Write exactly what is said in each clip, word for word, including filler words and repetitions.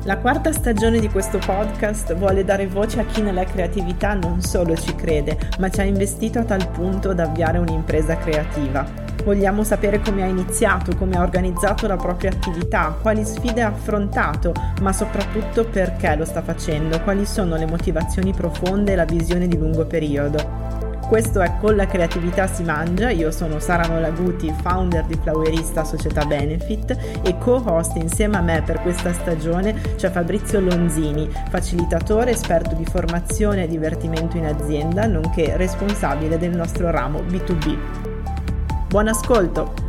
La quarta stagione di questo podcast vuole dare voce a chi nella creatività non solo ci crede, ma ci ha investito a tal punto da avviare un'impresa creativa. Vogliamo sapere come ha iniziato, come ha organizzato la propria attività, quali sfide ha affrontato, ma soprattutto perché lo sta facendo, quali sono le motivazioni profonde e la visione di lungo periodo. Questo è Con la creatività si mangia, io sono Sara Nolaguti, founder di Flowerista Società Benefit e co-host insieme a me per questa stagione c'è Fabrizio Lonzini, facilitatore, esperto di formazione e divertimento in azienda, nonché responsabile del nostro ramo B due B. Buon ascolto!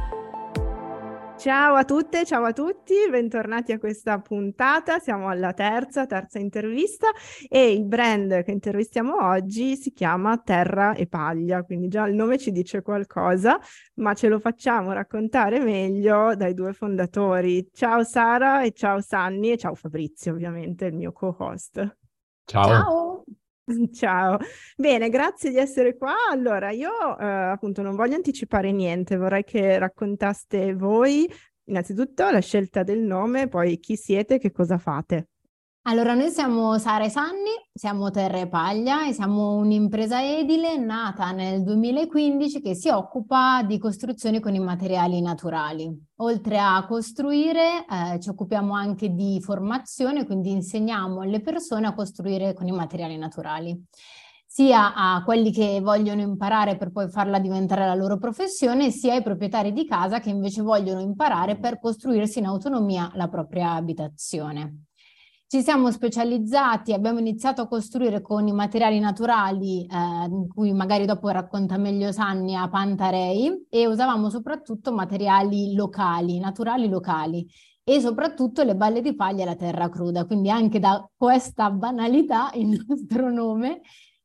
Ciao a tutte, ciao a tutti, bentornati a questa puntata, siamo alla terza, terza intervista e il brand che intervistiamo oggi si chiama Terra e Paglia, quindi già il nome ci dice qualcosa, ma ce lo facciamo raccontare meglio dai due fondatori. Ciao Sara e ciao Sanni e ciao Fabrizio, ovviamente, il mio co-host. Ciao. Ciao. Ciao, bene, grazie di essere qua. Allora, io eh, appunto non voglio anticipare niente, vorrei che raccontaste voi innanzitutto la scelta del nome, poi chi siete e che cosa fate. Allora, noi siamo Sara e Sanni, siamo Terra e Paglia e siamo un'impresa edile nata nel duemilaquindici che si occupa di costruzioni con i materiali naturali. Oltre a costruire, eh, ci occupiamo anche di formazione, quindi insegniamo alle persone a costruire con i materiali naturali, sia a quelli che vogliono imparare per poi farla diventare la loro professione, sia ai proprietari di casa che invece vogliono imparare per costruirsi in autonomia la propria abitazione. Ci siamo specializzati, abbiamo iniziato a costruire con i materiali naturali, eh, in cui magari dopo racconta meglio Sanni, a Pantarei, e usavamo soprattutto materiali locali, naturali locali, e soprattutto le balle di paglia e la terra cruda, quindi anche da questa banalità il nostro nome.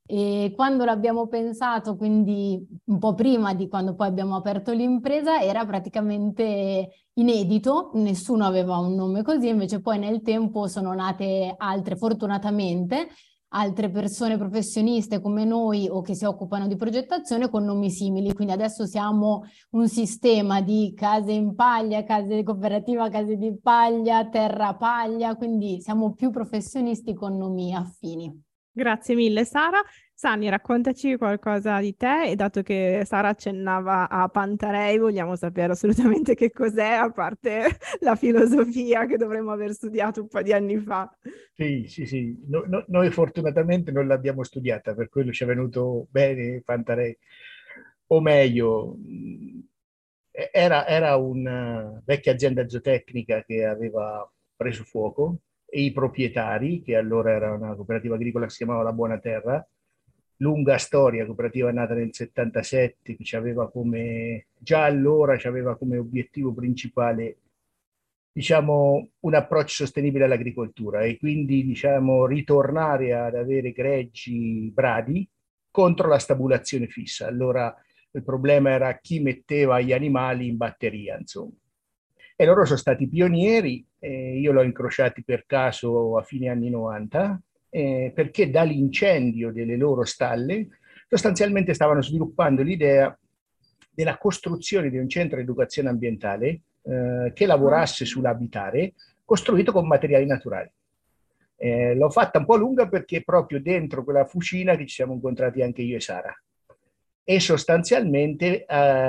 E quando l'abbiamo pensato, quindi un po' prima di quando poi abbiamo aperto l'impresa, era praticamente inedito, nessuno aveva un nome così, invece poi nel tempo sono nate altre, fortunatamente, altre persone professioniste come noi o che si occupano di progettazione con nomi simili, quindi adesso siamo un sistema di case in paglia, case di cooperativa, case di paglia, terra paglia, quindi siamo più professionisti con nomi affini. Grazie mille Sara. Sanni, raccontaci qualcosa di te e dato che Sara accennava a Pantarei, vogliamo sapere assolutamente che cos'è, a parte la filosofia che dovremmo aver studiato un po' di anni fa. Sì, sì, sì. No- no- noi fortunatamente non l'abbiamo studiata, per quello ci è venuto bene Pantarei. O meglio, mh, era, era una vecchia azienda zootecnica che aveva preso fuoco e i proprietari, che allora era una cooperativa agricola che si chiamava La Buona Terra, lunga storia, cooperativa nata nel settantasette, che ci aveva come, già allora ci aveva come obiettivo principale, diciamo, un approccio sostenibile all'agricoltura e quindi, diciamo, ritornare ad avere greggi bradi contro la stabulazione fissa. Allora il problema era chi metteva gli animali in batteria, insomma. E loro sono stati pionieri, eh, io l'ho incrociati per caso a fine anni novanta, eh, perché dall'incendio delle loro stalle sostanzialmente stavano sviluppando l'idea della costruzione di un centro di educazione ambientale eh, che lavorasse sull'abitare, costruito con materiali naturali. Eh, l'ho fatta un po' lunga perché proprio dentro quella fucina che ci siamo incontrati anche io e Sara. E sostanzialmente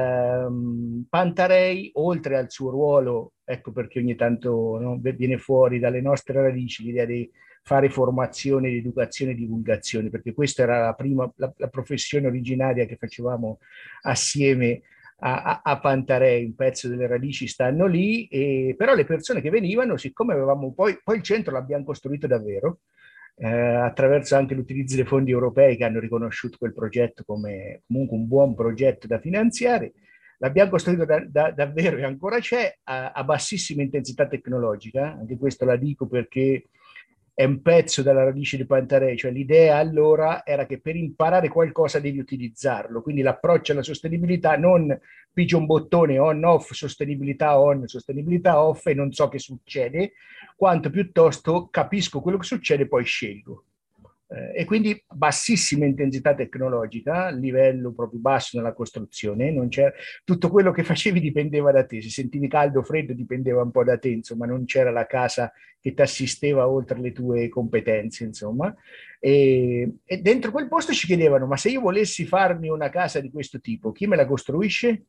ehm, Pantarei, oltre al suo ruolo, ecco perché ogni tanto, no, viene fuori dalle nostre radici l'idea di fare formazione, educazione e divulgazione, perché questa era la prima, la, la professione originaria che facevamo assieme a, a, a Pantarei, un pezzo delle radici stanno lì, e, però le persone che venivano, siccome avevamo poi, poi il centro l'abbiamo costruito davvero, eh, attraverso anche l'utilizzo dei fondi europei che hanno riconosciuto quel progetto come comunque un buon progetto da finanziare. L'abbiamo costruito da, da, davvero e ancora c'è a, a bassissima intensità tecnologica, anche questo la dico perché è un pezzo della radice di Pantarei, cioè l'idea allora era che per imparare qualcosa devi utilizzarlo, quindi l'approccio alla sostenibilità non pigio un bottone on off, sostenibilità on, sostenibilità off e non so che succede, quanto piuttosto capisco quello che succede e poi scelgo. Eh, e quindi bassissima intensità tecnologica, livello proprio basso nella costruzione, non c'era, tutto quello che facevi dipendeva da te, se sentivi caldo o freddo dipendeva un po' da te, insomma, non c'era la casa che ti assisteva oltre le tue competenze, insomma. E, e dentro quel posto ci chiedevano, ma se io volessi farmi una casa di questo tipo, chi me la costruisce?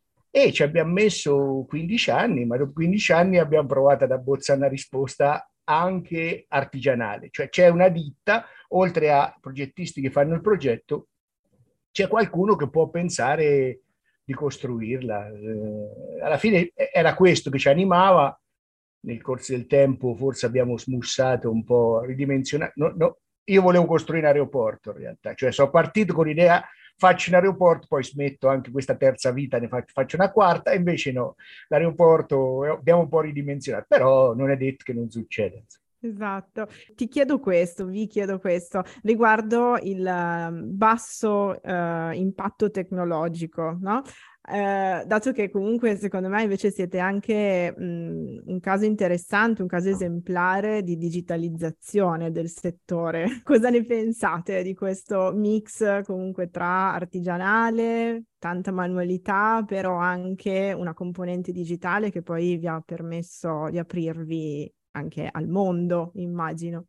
E ci abbiamo messo quindici anni, ma dopo quindici anni abbiamo provato ad abbozzare una risposta anche artigianale, cioè c'è una ditta, oltre a progettisti che fanno il progetto, c'è qualcuno che può pensare di costruirla. Eh, alla fine era questo che ci animava, nel corso del tempo forse abbiamo smussato un po', ridimensionato. No, no, io volevo costruire un aeroporto in realtà, cioè sono partito con l'idea faccio un aeroporto, poi smetto anche questa terza vita, ne faccio, faccio una quarta, e invece no, l'aeroporto abbiamo un po' ridimensionato, però non è detto che non succeda. Esatto. Ti chiedo questo, vi chiedo questo, riguardo il uh, basso uh, impatto tecnologico, no? Eh, dato che comunque secondo me invece siete anche mh, un caso interessante, un caso esemplare di digitalizzazione del settore. Cosa ne pensate di questo mix comunque tra artigianale, tanta manualità, però anche una componente digitale che poi vi ha permesso di aprirvi anche al mondo, immagino?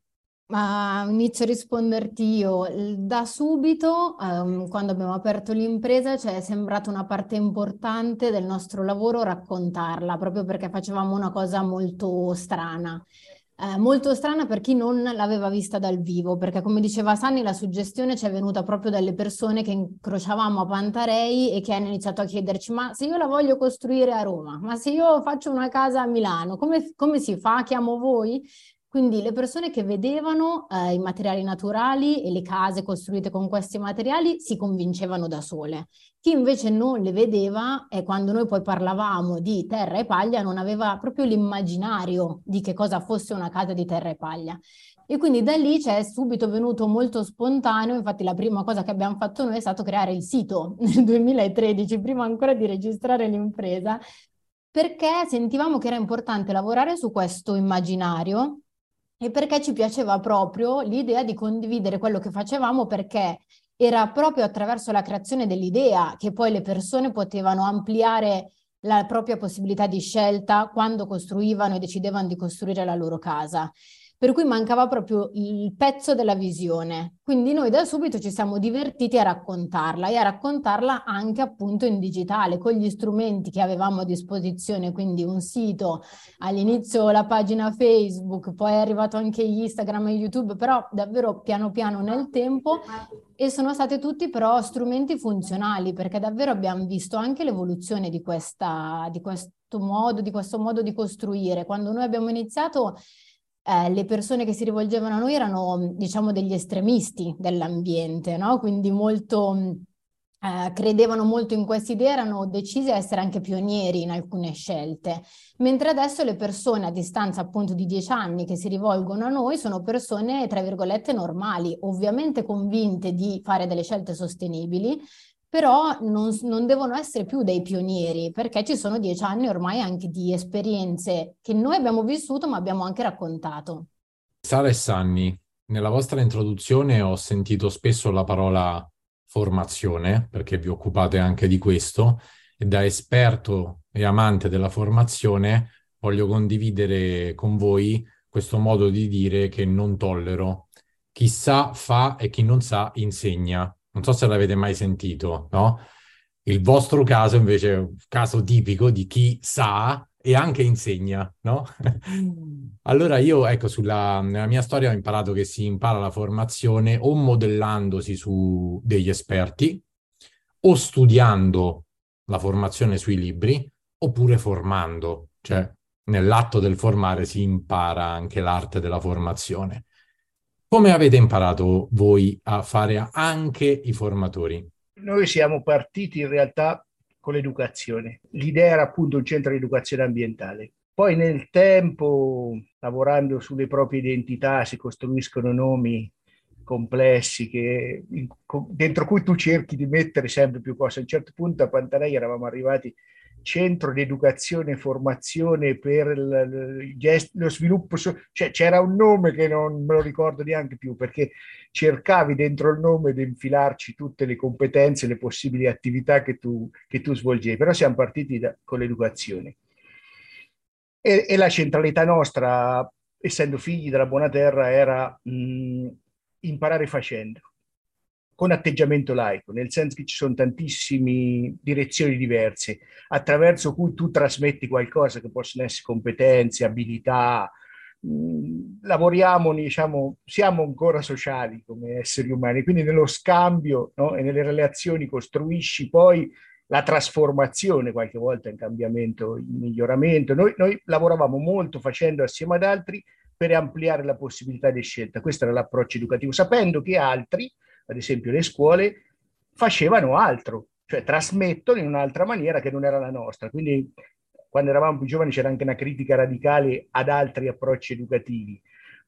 Ma inizio a risponderti io. L- Da subito, ehm, quando abbiamo aperto l'impresa, ci è sembrata una parte importante del nostro lavoro raccontarla, proprio perché facevamo una cosa molto strana. Eh, molto strana per chi non l'aveva vista dal vivo, perché come diceva Sanni, la suggestione ci è venuta proprio dalle persone che incrociavamo a Pantarei e che hanno iniziato a chiederci: ma se io la voglio costruire a Roma, ma se io faccio una casa a Milano, come, come si fa? Chiamo voi? Quindi le persone che vedevano eh, i materiali naturali e le case costruite con questi materiali si convincevano da sole. Chi invece non le vedeva, e quando noi poi parlavamo di terra e paglia, non aveva proprio l'immaginario di che cosa fosse una casa di terra e paglia. E quindi da lì ci è subito venuto molto spontaneo. Infatti la prima cosa che abbiamo fatto noi è stato creare il sito nel duemilatredici, prima ancora di registrare l'impresa, perché sentivamo che era importante lavorare su questo immaginario e perché ci piaceva proprio l'idea di condividere quello che facevamo, perché era proprio attraverso la creazione dell'idea che poi le persone potevano ampliare la propria possibilità di scelta quando costruivano e decidevano di costruire la loro casa. Per cui mancava proprio il pezzo della visione. Quindi noi da subito ci siamo divertiti a raccontarla e a raccontarla anche appunto in digitale, con gli strumenti che avevamo a disposizione, quindi un sito, all'inizio la pagina Facebook, poi è arrivato anche Instagram e YouTube, però davvero piano piano nel tempo, e sono stati tutti però strumenti funzionali, perché davvero abbiamo visto anche l'evoluzione di questa, di questo modo, di questo modo di costruire. Quando noi abbiamo iniziato, eh, le persone che si rivolgevano a noi erano, diciamo, degli estremisti dell'ambiente, no? Quindi molto... Eh, credevano molto in questa idea, erano decisi a essere anche pionieri in alcune scelte, mentre adesso le persone a distanza appunto di dieci anni che si rivolgono a noi sono persone tra virgolette normali, ovviamente convinte di fare delle scelte sostenibili, però non, non devono essere più dei pionieri, perché ci sono dieci anni ormai anche di esperienze che noi abbiamo vissuto ma abbiamo anche raccontato. Sara e Sanni, nella vostra introduzione ho sentito spesso la parola formazione, perché vi occupate anche di questo, e da esperto e amante della formazione voglio condividere con voi questo modo di dire che non tollero. Chi sa fa e chi non sa insegna. Non so se l'avete mai sentito, no? Il vostro caso invece è un caso tipico di chi sa e anche insegna, no? Allora io, ecco, sulla, nella mia storia ho imparato che si impara la formazione o modellandosi su degli esperti, o studiando la formazione sui libri, oppure formando, cioè nell'atto del formare si impara anche l'arte della formazione. Come avete imparato voi a fare anche i formatori? Noi siamo partiti in realtà con l'educazione. L'idea era appunto un centro di educazione ambientale. Poi nel tempo, lavorando sulle proprie identità, si costruiscono nomi complessi che, dentro cui tu cerchi di mettere sempre più cose. A un certo punto a Pantarei eravamo arrivati centro di educazione e formazione per il, il, lo sviluppo, cioè c'era un nome che non me lo ricordo neanche più, perché cercavi dentro il nome di infilarci tutte le competenze, le possibili attività che tu, che tu svolgevi, però siamo partiti da, con l'educazione. E, e la centralità nostra, essendo figli della buona terra, era mh, imparare facendo, con atteggiamento laico, nel senso che ci sono tantissime direzioni diverse attraverso cui tu trasmetti qualcosa, che possono essere competenze, abilità. Mh, lavoriamo, diciamo, siamo ancora sociali come esseri umani, quindi nello scambio, no, e nelle relazioni costruisci poi la trasformazione, qualche volta in cambiamento, in miglioramento. Noi, noi lavoravamo molto facendo assieme ad altri per ampliare la possibilità di scelta. Questo era l'approccio educativo, sapendo che altri, ad esempio le scuole, facevano altro, cioè trasmettono in un'altra maniera che non era la nostra. Quindi quando eravamo più giovani c'era anche una critica radicale ad altri approcci educativi.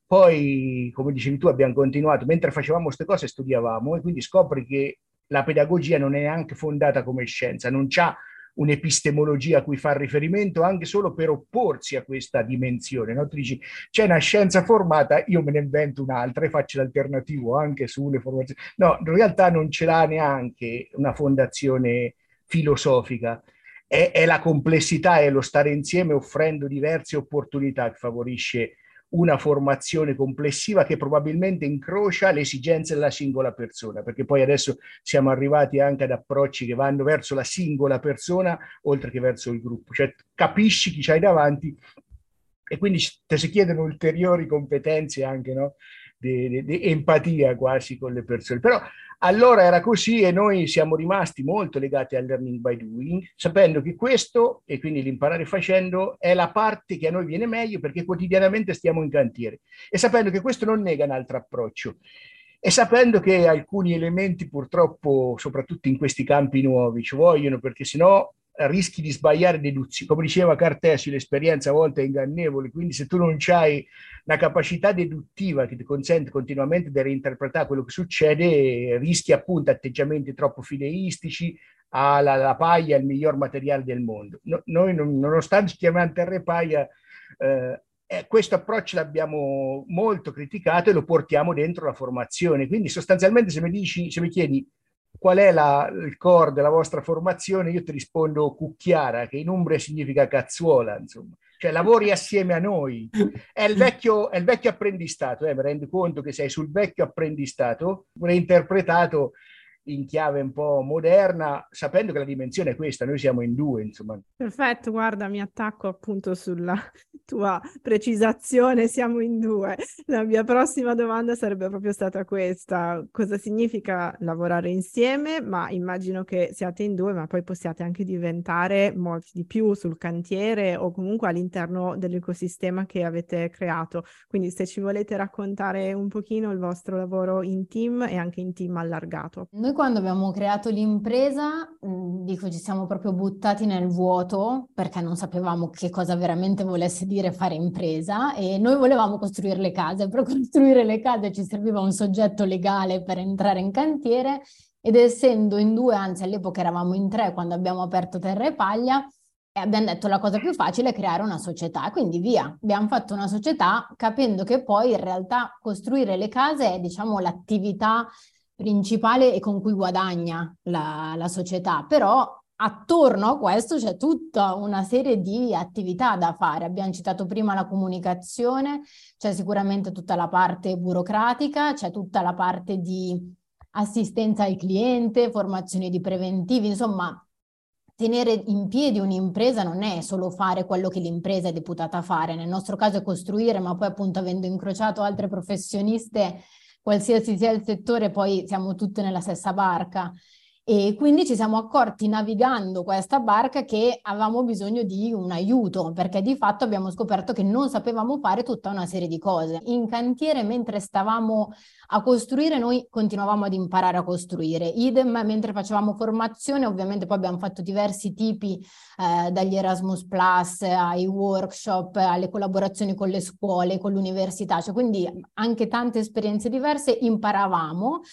Poi, come dicevi tu, abbiamo continuato, mentre facevamo queste cose studiavamo, e quindi scopri che la pedagogia non è neanche fondata come scienza, non c'ha un'epistemologia a cui far riferimento anche solo per opporsi a questa dimensione. No? Tu dici, c'è una scienza formata, io me ne invento un'altra e faccio l'alternativo anche sulle formazioni. No, in realtà non ce l'ha neanche una fondazione filosofica. È, è la complessità e lo stare insieme offrendo diverse opportunità che favorisce una formazione complessiva che probabilmente incrocia le esigenze della singola persona, perché poi adesso siamo arrivati anche ad approcci che vanno verso la singola persona oltre che verso il gruppo, cioè capisci chi c'hai davanti e quindi ti si chiedono ulteriori competenze anche, no? di, di, di empatia quasi con le persone. Però allora era così e noi siamo rimasti molto legati al learning by doing, sapendo che questo, e quindi l'imparare facendo, è la parte che a noi viene meglio perché quotidianamente stiamo in cantiere, e sapendo che questo non nega un altro approccio, e sapendo che alcuni elementi purtroppo, soprattutto in questi campi nuovi, ci vogliono, perché sennò rischi di sbagliare deduzioni. Come diceva Cartesio, l'esperienza a volte è ingannevole, quindi se tu non hai una capacità deduttiva che ti consente continuamente di reinterpretare quello che succede, rischi appunto atteggiamenti troppo fideistici, alla la paglia è il miglior materiale del mondo. No, noi, non, nonostante ci chiamiamo Terre Paglia, eh, eh, questo approccio l'abbiamo molto criticato e lo portiamo dentro la formazione. Quindi sostanzialmente se mi dici, se mi chiedi qual è la, il core della vostra formazione, io ti rispondo cucchiara, che in Umbria significa cazzuola, insomma. Cioè lavori assieme a noi. È il vecchio, è il vecchio apprendistato, eh? Mi rendo conto che sei sul vecchio apprendistato, reinterpretato in chiave un po' moderna, sapendo che la dimensione è questa, noi siamo in due, insomma. Perfetto, guarda, mi attacco appunto sulla tua precisazione, siamo in due. La mia prossima domanda sarebbe proprio stata questa: cosa significa lavorare insieme? Ma immagino che siate in due, ma poi possiate anche diventare molti di più sul cantiere o comunque all'interno dell'ecosistema che avete creato. Quindi se ci volete raccontare un pochino il vostro lavoro in team e anche in team allargato. Noi quando abbiamo creato l'impresa, mh, dico, ci siamo proprio buttati nel vuoto perché non sapevamo che cosa veramente volesse dire fare impresa, e noi volevamo costruire le case. Per costruire le case ci serviva un soggetto legale per entrare in cantiere, ed essendo in due, anzi all'epoca eravamo in tre quando abbiamo aperto Terra e Paglia, e abbiamo detto la cosa più facile è creare una società, quindi via, abbiamo fatto una società capendo che poi in realtà costruire le case è, diciamo, l'attività principale e con cui guadagna la, la società, però attorno a questo c'è tutta una serie di attività da fare. Abbiamo citato prima la comunicazione, c'è sicuramente tutta la parte burocratica, c'è tutta la parte di assistenza al cliente, formazione di preventivi, insomma. Tenere in piedi un'impresa non è solo fare quello che l'impresa è deputata a fare, nel nostro caso è costruire, ma poi appunto avendo incrociato altre professioniste, qualsiasi sia il settore, poi siamo tutte nella stessa barca, e quindi ci siamo accorti navigando questa barca che avevamo bisogno di un aiuto, perché di fatto abbiamo scoperto che non sapevamo fare tutta una serie di cose. In cantiere, mentre stavamo a costruire, noi continuavamo ad imparare a costruire, idem mentre facevamo formazione. Ovviamente poi abbiamo fatto diversi tipi, eh, dagli Erasmus Plus ai workshop, alle collaborazioni con le scuole, con l'università, cioè quindi anche tante esperienze diverse, imparavamo.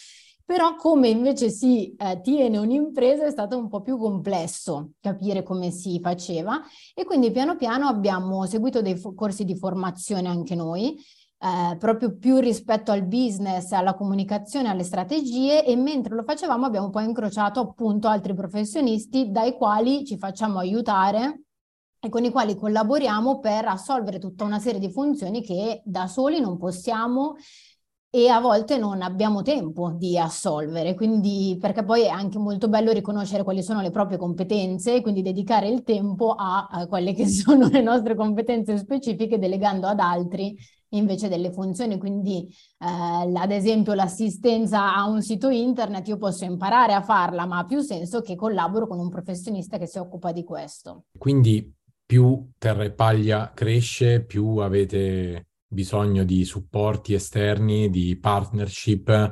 Però come invece si eh, tiene un'impresa è stato un po' più complesso capire come si faceva, e quindi piano piano abbiamo seguito dei fo- corsi di formazione anche noi, eh, proprio più rispetto al business, alla comunicazione, alle strategie, e mentre lo facevamo abbiamo poi incrociato appunto altri professionisti dai quali ci facciamo aiutare e con i quali collaboriamo per assolvere tutta una serie di funzioni che da soli non possiamo e a volte non abbiamo tempo di assolvere, quindi perché poi è anche molto bello riconoscere quali sono le proprie competenze e quindi dedicare il tempo a, a quelle che sono le nostre competenze specifiche, delegando ad altri invece delle funzioni. Quindi eh, ad esempio l'assistenza a un sito internet io posso imparare a farla, ma ha più senso che collaboro con un professionista che si occupa di questo. Quindi più Terra e Paglia cresce, più avete bisogno di supporti esterni, di partnership.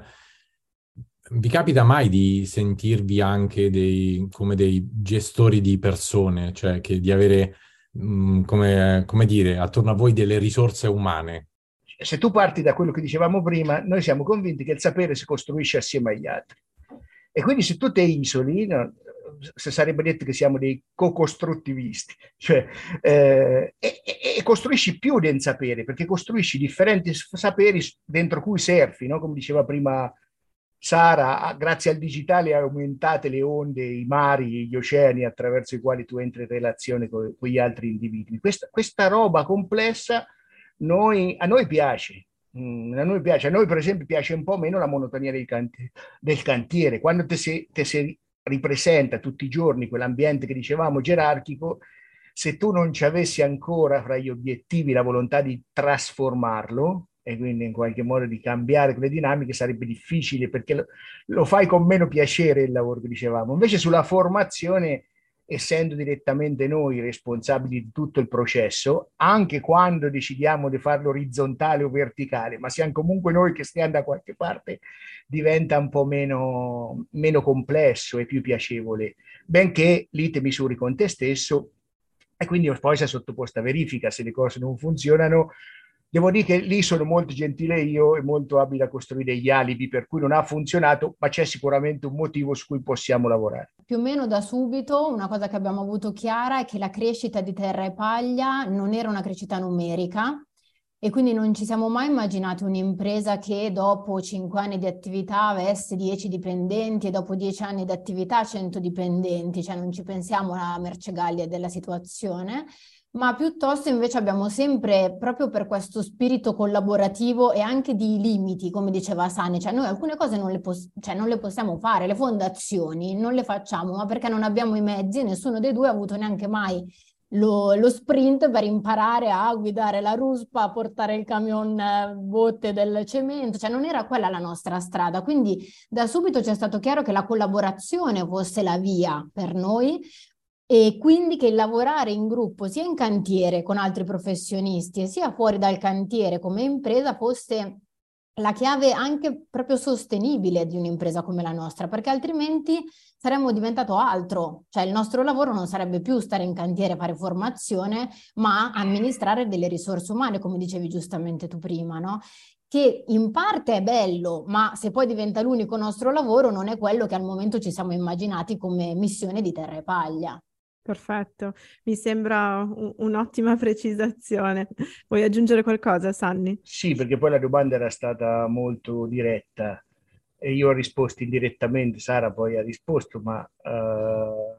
Vi capita mai di sentirvi anche dei, come dei gestori di persone, cioè che di avere, mh, come, come dire, attorno a voi delle risorse umane? Se tu parti da quello che dicevamo prima, noi siamo convinti che il sapere si costruisce assieme agli altri. E quindi se tu ti isoli, no, se sarebbe detto che siamo dei co-costruttivisti, cioè, eh, e, e, costruisci più del sapere, perché costruisci differenti saperi dentro cui surfi, no? Come diceva prima Sara, grazie al digitale aumentate le onde, i mari, gli oceani attraverso i quali tu entri in relazione con, con gli altri individui. Questa, questa roba complessa noi, a noi piace. Mm, a noi piace, a noi per esempio piace un po' meno la monotonia del cantiere, del cantiere. Quando te si, te si ripresenta tutti i giorni quell'ambiente che dicevamo gerarchico, se tu non ci avessi ancora fra gli obiettivi la volontà di trasformarlo e quindi in qualche modo di cambiare quelle dinamiche, sarebbe difficile, perché lo, lo fai con meno piacere il lavoro che dicevamo. Invece sulla formazione, essendo direttamente noi responsabili di tutto il processo, anche quando decidiamo di farlo orizzontale o verticale, ma siamo comunque noi che stiamo da qualche parte, diventa un po' meno, meno complesso e più piacevole, benché lì te misuri con te stesso e quindi poi sei sottoposta a verifica. Se le cose non funzionano, devo dire che lì sono molto gentile io e molto abile a costruire gli alibi per cui non ha funzionato, ma c'è sicuramente un motivo su cui possiamo lavorare. Più o meno da subito una cosa che abbiamo avuto chiara è che la crescita di Terra e Paglia non era una crescita numerica, e quindi non ci siamo mai immaginati un'impresa che dopo cinque anni di attività avesse dieci dipendenti e dopo dieci anni di attività cento dipendenti, cioè non ci pensiamo alla Mercegaglia della situazione, ma piuttosto invece abbiamo sempre, proprio per questo spirito collaborativo e anche di limiti, come diceva Sani, cioè noi alcune cose non le, pos- cioè non le possiamo fare, le fondazioni non le facciamo, ma perché non abbiamo i mezzi, e nessuno dei due ha avuto neanche mai Lo, lo sprint per imparare a guidare la ruspa, a portare il camion eh, botte del cemento, cioè non era quella la nostra strada, quindi da subito ci è stato chiaro che la collaborazione fosse la via per noi, e quindi che il lavorare in gruppo sia in cantiere con altri professionisti e sia fuori dal cantiere come impresa fosse la chiave anche proprio sostenibile di un'impresa come la nostra, perché altrimenti saremmo diventato altro, cioè il nostro lavoro non sarebbe più stare in cantiere, fare formazione, ma amministrare delle risorse umane, come dicevi giustamente tu prima, no? Che in parte è bello, ma se poi diventa l'unico nostro lavoro non è quello che al momento ci siamo immaginati come missione di Terra e Paglia. Perfetto, mi sembra un- un'ottima precisazione. Vuoi aggiungere qualcosa, Sanni? Sì, perché poi la domanda era stata molto diretta e io ho risposto indirettamente, Sara poi ha risposto, ma eh,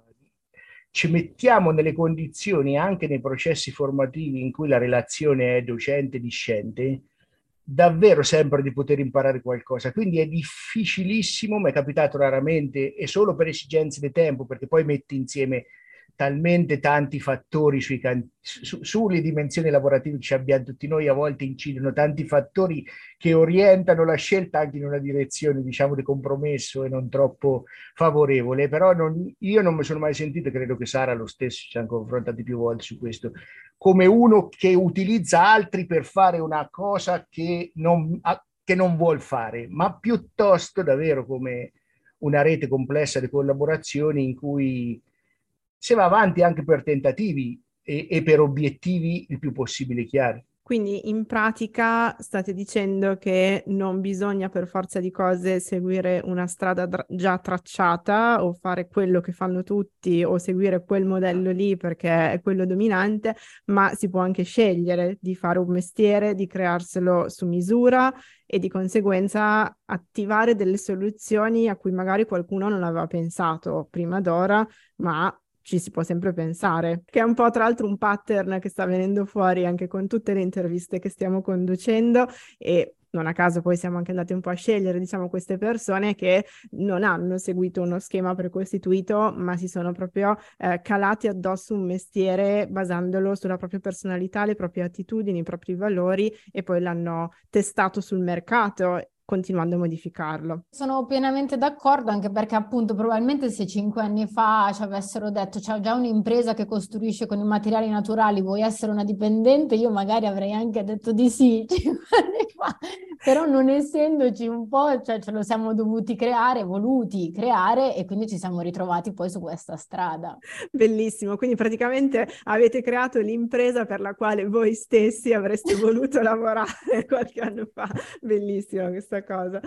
ci mettiamo nelle condizioni anche nei processi formativi in cui la relazione è docente-discente, davvero sempre di poter imparare qualcosa. Quindi è difficilissimo, mi è capitato raramente e solo per esigenze di tempo, perché poi metti insieme talmente tanti fattori sui can- su- sulle dimensioni lavorative che ci abbiamo tutti noi, a volte incidono tanti fattori che orientano la scelta anche in una direzione, diciamo, di compromesso e non troppo favorevole. Però non, io non mi sono mai sentito, credo che Sara lo stesso, ci siamo confrontati più volte su questo, come uno che utilizza altri per fare una cosa che non, che non vuol fare, ma piuttosto davvero come una rete complessa di collaborazioni in cui si va avanti anche per tentativi e, e per obiettivi il più possibile chiari. Quindi in pratica state dicendo che non bisogna per forza di cose seguire una strada dra- già tracciata o fare quello che fanno tutti o seguire quel modello lì perché è quello dominante, ma si può anche scegliere di fare un mestiere, di crearselo su misura e di conseguenza attivare delle soluzioni a cui magari qualcuno non aveva pensato prima d'ora, ma ci si può sempre pensare, che è un po' tra l'altro un pattern che sta venendo fuori anche con tutte le interviste che stiamo conducendo e non a caso poi siamo anche andati un po' a scegliere, diciamo, queste persone che non hanno seguito uno schema precostituito, ma si sono proprio eh, calati addosso un mestiere basandolo sulla propria personalità, le proprie attitudini, i propri valori e poi l'hanno testato sul mercato, continuando a modificarlo. Sono pienamente d'accordo, anche perché appunto probabilmente se cinque anni fa ci avessero detto c'è già un'impresa che costruisce con i materiali naturali, vuoi essere una dipendente? Io magari avrei anche detto di sì cinque anni fa, però non essendoci un po', cioè ce lo siamo dovuti creare, voluti creare e quindi ci siamo ritrovati poi su questa strada. Bellissimo, quindi praticamente avete creato l'impresa per la quale voi stessi avreste voluto lavorare qualche anno fa. Bellissima questa cosa.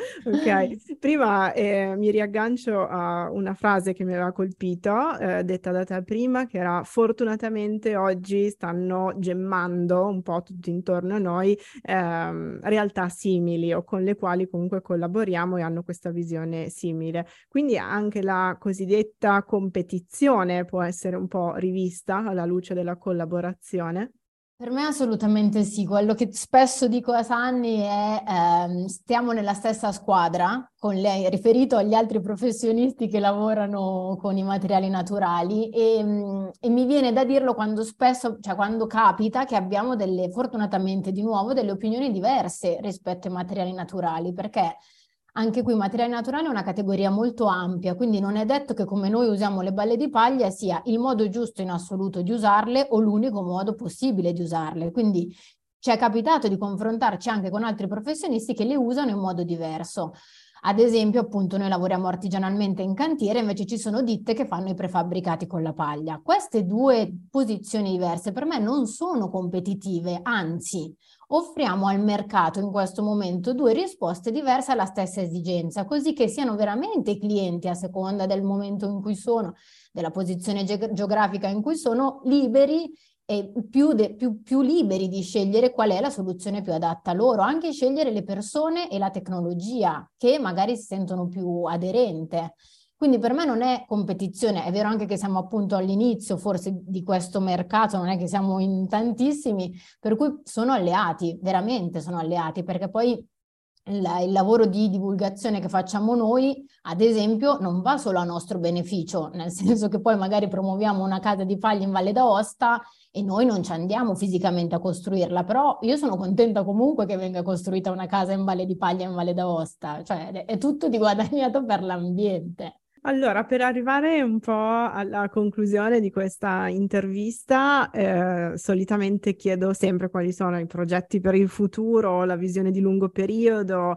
Ok, prima eh, mi riaggancio a una frase che mi aveva colpito, eh, detta da te prima, che era: fortunatamente oggi stanno gemmando un po' tutto intorno a noi ehm, realtà simili o con le quali comunque collaboriamo e hanno questa visione simile. Quindi anche la cosiddetta competizione può essere un po' rivista alla luce della collaborazione. Per me assolutamente sì, quello che spesso dico a Sanni è ehm, stiamo nella stessa squadra, con lei, riferito agli altri professionisti che lavorano con i materiali naturali e, mh, e mi viene da dirlo quando spesso, cioè quando capita che abbiamo delle, fortunatamente di nuovo, delle opinioni diverse rispetto ai materiali naturali, perché anche qui materiali naturali è una categoria molto ampia, quindi non è detto che come noi usiamo le balle di paglia sia il modo giusto in assoluto di usarle o l'unico modo possibile di usarle. Quindi ci è capitato di confrontarci anche con altri professionisti che le usano in modo diverso. Ad esempio, appunto, noi lavoriamo artigianalmente in cantiere, invece ci sono ditte che fanno i prefabbricati con la paglia. Queste due posizioni diverse per me non sono competitive, anzi, offriamo al mercato in questo momento due risposte diverse alla stessa esigenza, così che siano veramente i clienti, a seconda del momento in cui sono, della posizione ge- geografica in cui sono, liberi e più, de, più, più liberi di scegliere qual è la soluzione più adatta a loro, anche scegliere le persone e la tecnologia che magari si sentono più aderente. Quindi per me non è competizione, è vero anche che siamo appunto all'inizio forse di questo mercato, non è che siamo in tantissimi, per cui sono alleati, veramente sono alleati, perché poi il, il lavoro di divulgazione che facciamo noi, ad esempio, non va solo a nostro beneficio, nel senso che poi magari promuoviamo una casa di paglia in Valle d'Aosta e noi non ci andiamo fisicamente a costruirla, però io sono contenta comunque che venga costruita una casa in Valle di Paglia in Valle d'Aosta, cioè è tutto di guadagnato per l'ambiente. Allora, per arrivare un po' alla conclusione di questa intervista, eh, solitamente chiedo sempre quali sono i progetti per il futuro, la visione di lungo periodo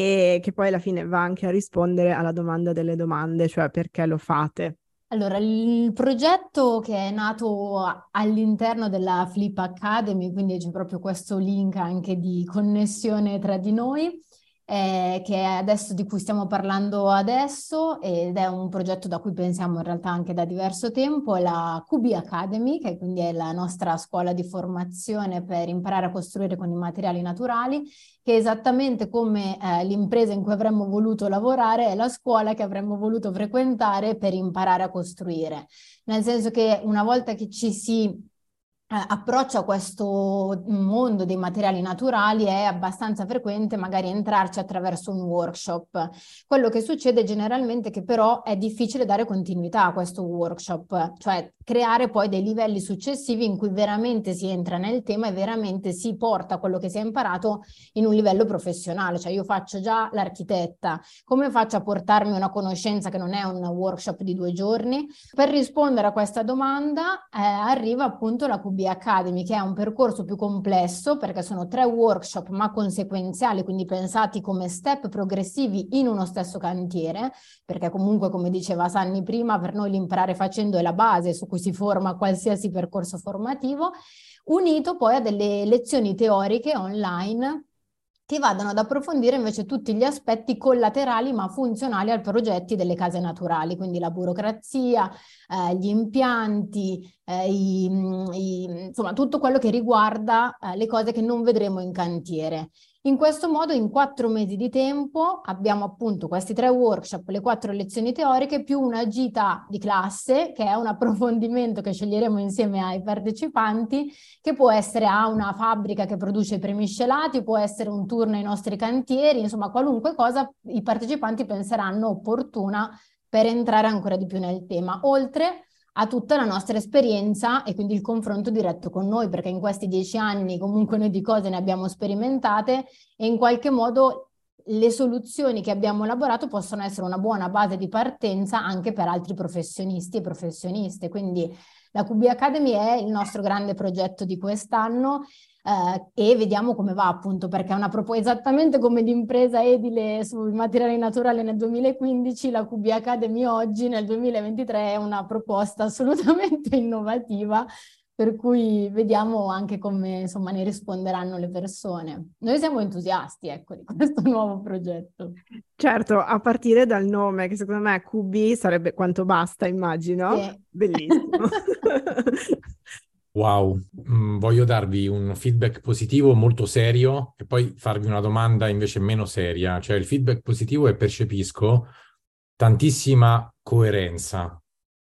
e che poi alla fine va anche a rispondere alla domanda delle domande, cioè perché lo fate. Allora, il progetto che è nato a- all'interno della Flip Academy, quindi c'è proprio questo link anche di connessione tra di noi, eh, che è adesso di cui stiamo parlando adesso ed è un progetto da cui pensiamo in realtà anche da diverso tempo, è la Q B Academy, che quindi è la nostra scuola di formazione per imparare a costruire con i materiali naturali, che esattamente come eh, l'impresa in cui avremmo voluto lavorare è la scuola che avremmo voluto frequentare per imparare a costruire. Nel senso che una volta che ci si eh, approccia a questo mondo dei materiali naturali è abbastanza frequente magari entrarci attraverso un workshop. Quello che succede generalmente è che però è difficile dare continuità a questo workshop, cioè creare poi dei livelli successivi in cui veramente si entra nel tema e veramente si porta quello che si è imparato in un livello professionale. Cioè io faccio già l'architetta, come faccio a portarmi una conoscenza che non è un workshop di due giorni? Per rispondere a questa domanda eh, arriva appunto la Q B Academy, che è un percorso più complesso perché sono tre workshop ma conseguenziali, quindi pensati come step progressivi in uno stesso cantiere, perché comunque come diceva Sanni prima, per noi l'imparare facendo è la base su cui cui si forma qualsiasi percorso formativo, unito poi a delle lezioni teoriche online che vadano ad approfondire invece tutti gli aspetti collaterali ma funzionali ai progetti delle case naturali, quindi la burocrazia, eh, gli impianti, eh, i, i, insomma tutto quello che riguarda eh, le cose che non vedremo in cantiere. In questo modo, in quattro mesi di tempo, abbiamo appunto questi tre workshop, le quattro lezioni teoriche, più una gita di classe, che è un approfondimento che sceglieremo insieme ai partecipanti, che può essere a una fabbrica che produce i premiscelati, può essere un tour nei nostri cantieri, insomma qualunque cosa i partecipanti penseranno opportuna per entrare ancora di più nel tema, oltre a tutta la nostra esperienza e quindi il confronto diretto con noi, perché in questi dieci anni comunque noi di cose ne abbiamo sperimentate e in qualche modo le soluzioni che abbiamo elaborato possono essere una buona base di partenza anche per altri professionisti e professioniste. Quindi la Q B Academy è il nostro grande progetto di quest'anno eh, e vediamo come va, appunto, perché è una proposta esattamente come l'impresa edile sui materiali naturali nel duemilaquindici, la Q B Academy oggi nel duemilaventitré è una proposta assolutamente innovativa, per cui vediamo anche come, insomma, ne risponderanno le persone. Noi siamo entusiasti, ecco, di questo nuovo progetto. Certo, a partire dal nome, che secondo me Q B sarebbe quanto basta, immagino. Sì. Bellissimo. Wow, mm, voglio darvi un feedback positivo molto serio e poi farvi una domanda invece meno seria. Cioè il feedback positivo è percepisco tantissima coerenza.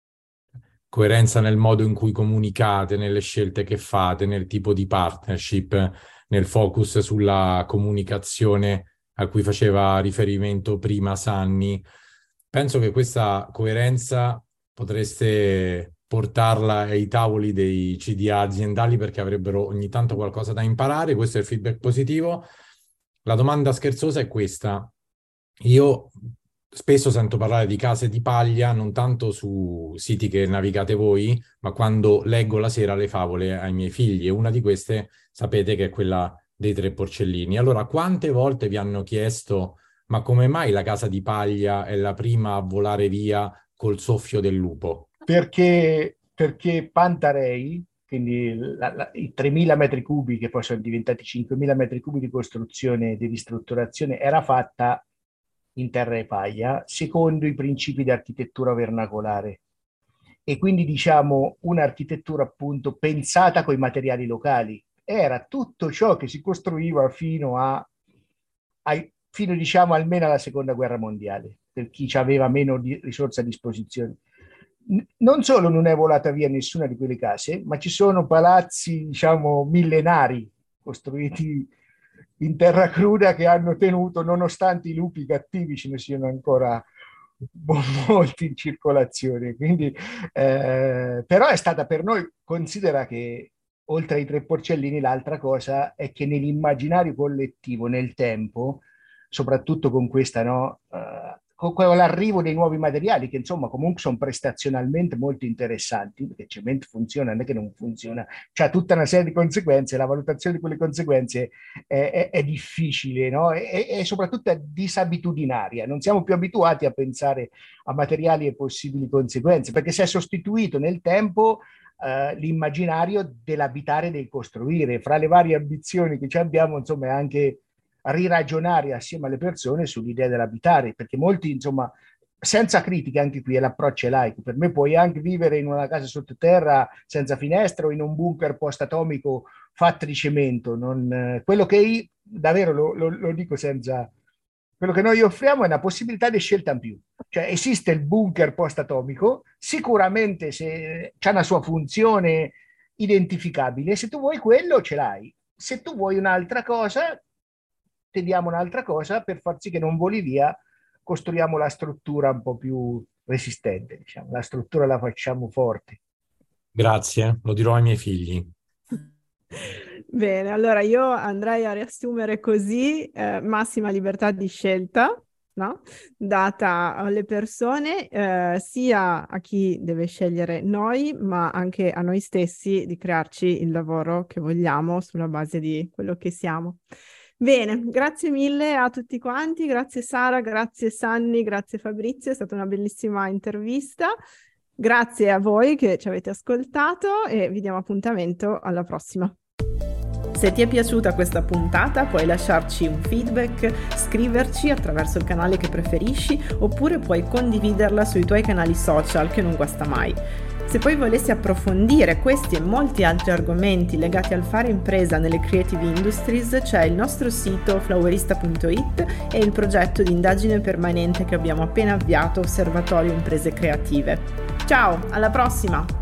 Coerenza nel modo in cui comunicate, nelle scelte che fate, nel tipo di partnership, nel focus sulla comunicazione a cui faceva riferimento prima Sanni. Penso che questa coerenza potreste portarla ai tavoli dei C D A aziendali perché avrebbero ogni tanto qualcosa da imparare. Questo è il feedback positivo. La domanda scherzosa è questa. Io spesso sento parlare di case di paglia, non tanto su siti che navigate voi, ma quando leggo la sera le favole ai miei figli. E una di queste sapete che è quella dei tre porcellini. Allora, quante volte vi hanno chiesto, ma come mai la casa di paglia è la prima a volare via col soffio del lupo? Perché, perché Pantarei, quindi la, la, i tremila metri cubi che poi sono diventati cinquemila metri cubi di costruzione e di ristrutturazione, era fatta in terra e paglia secondo i principi di architettura vernacolare e quindi diciamo un'architettura appunto pensata con i materiali locali. Era tutto ciò che si costruiva fino a, a fino diciamo almeno alla seconda guerra mondiale, per chi aveva meno di, risorse a disposizione. Non solo non è volata via nessuna di quelle case, ma ci sono palazzi diciamo millenari costruiti in terra cruda che hanno tenuto, nonostante i lupi cattivi ce ne siano ancora molti in circolazione. Quindi, eh, però è stata per noi, considera che oltre ai tre porcellini, l'altra cosa è che nell'immaginario collettivo, nel tempo, soprattutto con questa, no, uh, con l'arrivo dei nuovi materiali, che insomma comunque sono prestazionalmente molto interessanti, perché il cemento funziona, non è che non funziona, c'ha tutta una serie di conseguenze, la valutazione di quelle conseguenze è, è, è difficile, no? E, e soprattutto è disabitudinaria, non siamo più abituati a pensare a materiali e possibili conseguenze, perché si è sostituito nel tempo uh, l'immaginario dell'abitare e del costruire. Fra le varie ambizioni che abbiamo, insomma, è anche riragionare assieme alle persone sull'idea dell'abitare, perché molti, insomma, senza critica, anche qui è l'approccio laico. Per me puoi anche vivere in una casa sottoterra senza finestra o in un bunker post-atomico fatto di cemento. Non, quello che io, davvero lo, lo, lo dico senza... Quello che noi offriamo è una possibilità di scelta in più. Cioè esiste il bunker post-atomico, sicuramente se c'è una sua funzione identificabile, se tu vuoi quello ce l'hai. Se tu vuoi un'altra cosa, ti diamo un'altra cosa per far sì che non voli via, costruiamo la struttura un po' più resistente, diciamo. La struttura la facciamo forte. Grazie, lo dirò ai miei figli. Bene, allora io andrei a riassumere così, eh, massima libertà di scelta, no? Data alle persone, eh, sia a chi deve scegliere noi, ma anche a noi stessi di crearci il lavoro che vogliamo sulla base di quello che siamo. Bene, grazie mille a tutti quanti, grazie Sara, grazie Sanni, grazie Fabrizio, è stata una bellissima intervista Grazie a voi che ci avete ascoltato e vi diamo appuntamento alla prossima. Se ti è piaciuta questa puntata puoi lasciarci un feedback, scriverci attraverso il canale che preferisci oppure puoi condividerla sui tuoi canali social, che non guasta mai. Se poi volessi approfondire questi e molti altri argomenti legati al fare impresa nelle creative industries, c'è il nostro sito flowerista punto it e il progetto di indagine permanente che abbiamo appena avviato, Osservatorio Imprese Creative. Ciao, alla prossima!